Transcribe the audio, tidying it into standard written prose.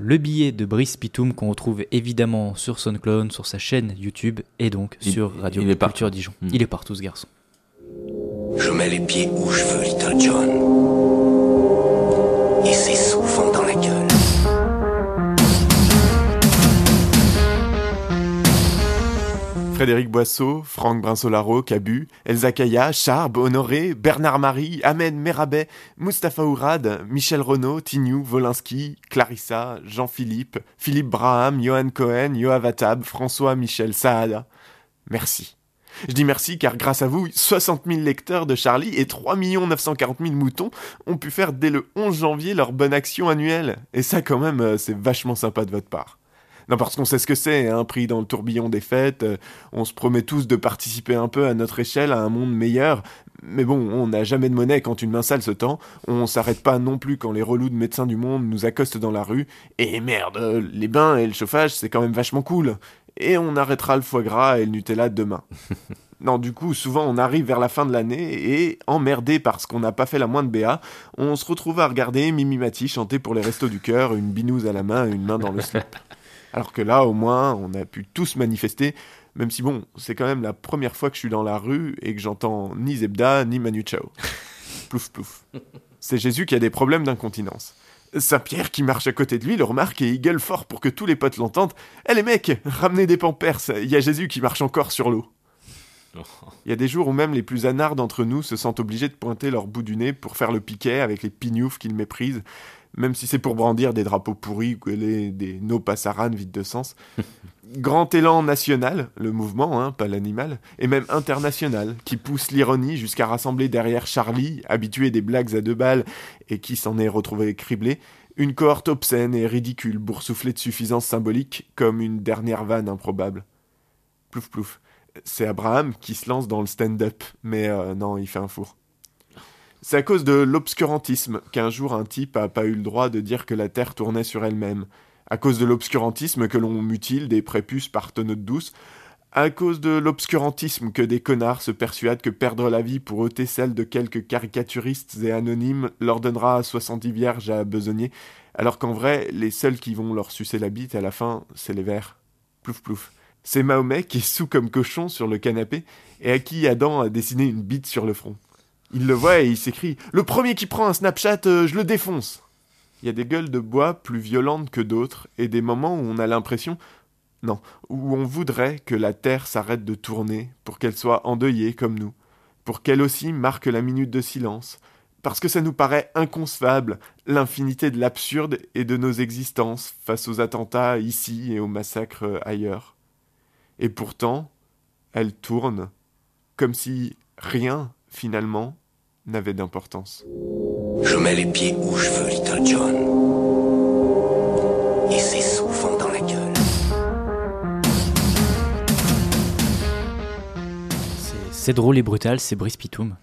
Le Billet de Brice Pitoum qu'on retrouve évidemment sur SoundCloud, sur sa chaîne YouTube et donc sur Radio Culture Dijon. Il est partout ce garçon. Je mets les pieds où je veux, Little John. Et c'est souvent dans la gueule. Frédéric Boisseau, Franck Brinsolaro, Cabu, Elsa Kaya, Charb, Honoré, Bernard-Marie, Ahmed Merabet, Mustapha Ourad, Michel Renaud, Tignou, Wolinski, Clarissa, Jean-Philippe, Philippe Braham, Johan Cohen, Yoav Attab, François Michel Saada. Merci. Je dis merci car grâce à vous, 60 000 lecteurs de Charlie et 3 940 000 moutons ont pu faire dès le 11 janvier leur bonne action annuelle. Et ça quand même, c'est vachement sympa de votre part. Non, parce qu'on sait ce que c'est, hein, pris dans le tourbillon des fêtes, on se promet tous de participer un peu à notre échelle à un monde meilleur, mais bon, on n'a jamais de monnaie quand une main sale se tend, on s'arrête pas non plus quand les relous de médecins du monde nous accostent dans la rue, et merde, les bains et le chauffage c'est quand même vachement cool, et on arrêtera le foie gras et le Nutella demain. Non, du coup, souvent on arrive vers la fin de l'année et, emmerdé parce qu'on n'a pas fait la moindre BA, on se retrouve à regarder Mimi Mati chanter pour les restos du cœur, une binouse à la main et une main dans le slip. Alors que là, au moins, on a pu tous manifester, même si bon, c'est quand même la première fois que je suis dans la rue et que j'entends ni Zebda, ni Manu Chao. Plouf plouf. C'est Jésus qui a des problèmes d'incontinence. Saint-Pierre, qui marche à côté de lui, le remarque et il gueule fort pour que tous les potes l'entendent. « Eh les mecs, ramenez des pampers, il y a Jésus qui marche encore sur l'eau. » Il y a des jours où même les plus anards d'entre nous se sentent obligés de pointer leur bout du nez pour faire le piquet avec les pignoufs qu'ils méprisent, même si c'est pour brandir des drapeaux pourris ou des no passaran vides de sens. Grand élan national, le mouvement, hein, pas l'animal, et même international, qui pousse l'ironie jusqu'à rassembler derrière Charlie, habitué des blagues à 2 balles et qui s'en est retrouvé criblé, une cohorte obscène et ridicule, boursouflée de suffisance symbolique, comme une dernière vanne improbable. Plouf plouf. C'est Abraham qui se lance dans le stand-up, mais non, il fait un four. C'est à cause de l'obscurantisme qu'un jour un type a pas eu le droit de dire que la Terre tournait sur elle-même. À cause de l'obscurantisme que l'on mutile des prépuces par tonneaux de douce. À cause de l'obscurantisme que des connards se persuadent que perdre la vie pour ôter celle de quelques caricaturistes et anonymes leur donnera 70 vierges à besogner, alors qu'en vrai, les seuls qui vont leur sucer la bite à la fin, c'est les vers. Plouf plouf. C'est Mahomet qui est sous comme cochon sur le canapé et à qui Adam a dessiné une bite sur le front. Il le voit et il s'écrie « Le premier qui prend un Snapchat, je le défonce !» Il y a des gueules de bois plus violentes que d'autres et des moments où on a l'impression, non, où on voudrait que la Terre s'arrête de tourner pour qu'elle soit endeuillée comme nous, pour qu'elle aussi marque la minute de silence, parce que ça nous paraît inconcevable, l'infinité de l'absurde et de nos existences face aux attentats ici et aux massacres ailleurs. Et pourtant, elle tourne, comme si rien, finalement, n'avait d'importance. Je mets les pieds où je veux, Little John. Et c'est souvent dans la gueule. C'est drôle et brutal, c'est Brice Pitoum.